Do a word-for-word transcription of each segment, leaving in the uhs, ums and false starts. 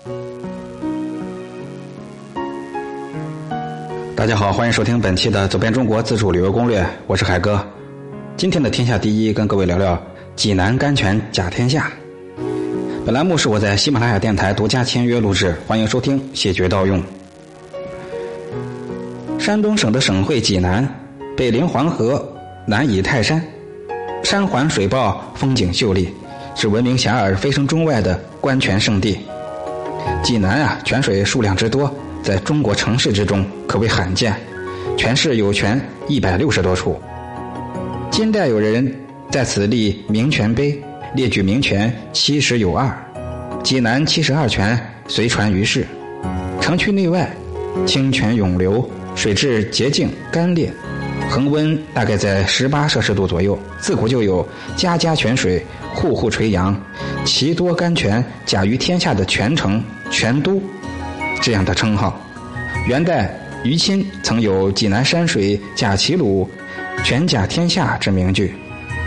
大家好，欢迎收听本期的走遍中国自助旅游攻略，我是海哥。今天的天下第一跟各位聊聊济南甘泉甲天下。本栏目是我在喜马拉雅电台独家签约录制，欢迎收听，谢绝盗用。山东省的省会济南，北临黄河，南倚泰山，山环水抱，风景秀丽，是闻名遐迩、飞升中外的观泉胜地。济南啊，泉水数量之多，在中国城市之中可谓罕见，全市有泉一百六十多处。金代有人在此立名泉碑，列举名泉七十有二，济南七十二泉随传于世。城区内外清泉涌流，水质洁净干裂，恒温大概在十八摄氏度左右。自古就有家家泉水，户户垂杨，其多甘泉甲于天下的泉城、泉都这样的称号。元代于钦曾有济南山水甲齐鲁，泉甲天下之名句。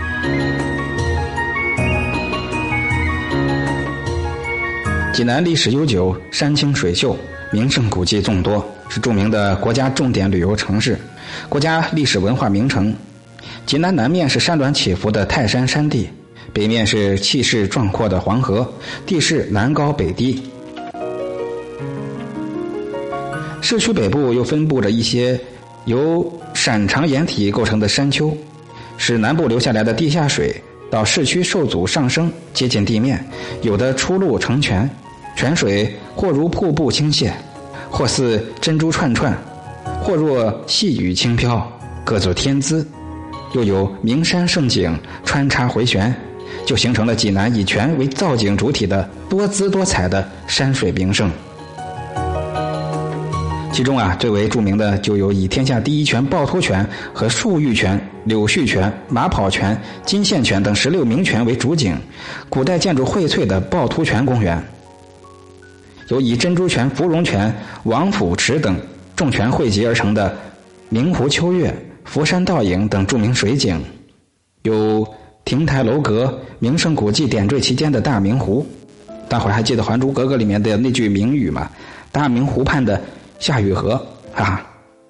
济南历史悠久，山清水秀，名胜古迹众多，是著名的国家重点旅游城市，国家历史文化名城。济南南面是山峦起伏的泰山山地，北面是气势壮阔的黄河，地势南高北低。市区北部又分布着一些由闪长岩体构成的山丘，使南部流下来的地下水到市区受阻上升，接近地面，有的出入成泉，泉水或如瀑布倾泻，或似珍珠串串，或若细雨轻飘，各作天姿。又有名山胜景穿插回旋，就形成了济南以泉为造景主体的多姿多彩的山水名胜。其中啊，最为著名的就有以天下第一泉趵突泉和漱玉泉、柳絮泉、马跑泉、金线泉等十六名泉为主景，古代建筑荟萃的趵突泉公园。有以珍珠泉、芙蓉泉、王府池等众泉汇集而成的明湖秋月、佛山倒影等著名水景，有亭台楼阁、名胜古迹点缀其间的大明湖。大伙儿还记得《还珠格格》里面的那句名语吗？大明湖畔的夏雨荷啊。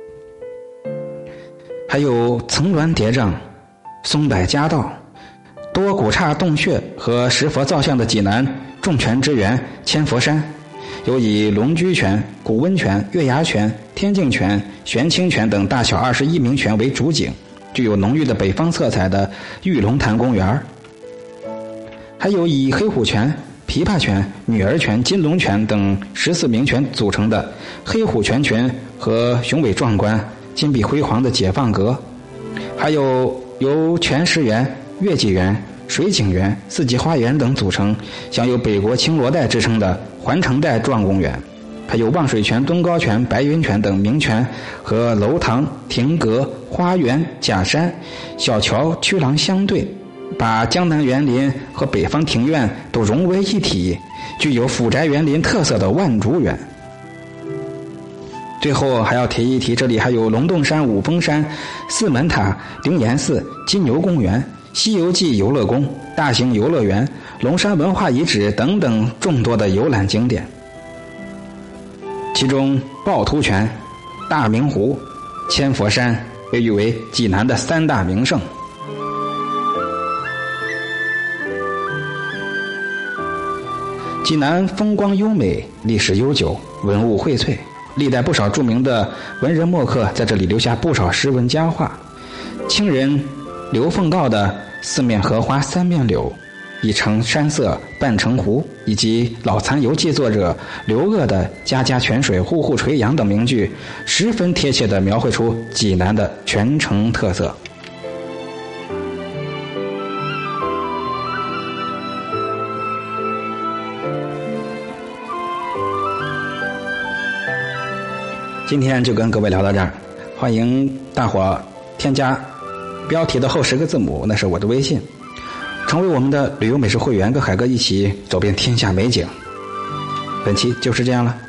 还有层峦叠嶂、松柏夹道、多古刹洞穴和石佛造像的济南众泉之源千佛山，有以龙居泉、古温泉、月牙泉、天净泉、玄清泉等大小二十一名泉为主景，具有浓郁的北方色彩的玉龙潭公园。还有以黑虎泉、琵琶泉、女儿泉、金龙泉等十四名泉组成的黑虎泉群和雄伟壮观、金碧辉煌的解放阁，还有由泉石园、月季园、水景园、四季花园等组成，享有北国青罗带之称的环城带壮公园，还有望水泉、东高泉、白云泉等名泉和楼堂、亭阁、花园、假山、小桥、曲廊相对，把江南园林和北方庭院都融为一体，具有府宅园林特色的万竹园。最后还要提一提，这里还有龙洞山、五峰山、四门塔、灵岩寺、金牛公园、西游记游乐宫、大型游乐园、龙山文化遗址等等众多的游览景点。其中趵突泉、大明湖、千佛山被誉为济南的三大名胜。济南风光优美，历史悠久，文物荟萃，历代不少著名的文人墨客在这里留下不少诗文佳话。清人刘凤道的四面荷花三面柳，一城山色半城湖，以及老残游记作者刘鄂的家家泉水户户垂杨等名句，十分贴切地描绘出济南的泉城特色。今天就跟各位聊到这儿，欢迎大伙添加标题的后十个字母，那是我的微信，成为我们的旅游美食会员，跟海哥一起走遍天下美景。本期就是这样了。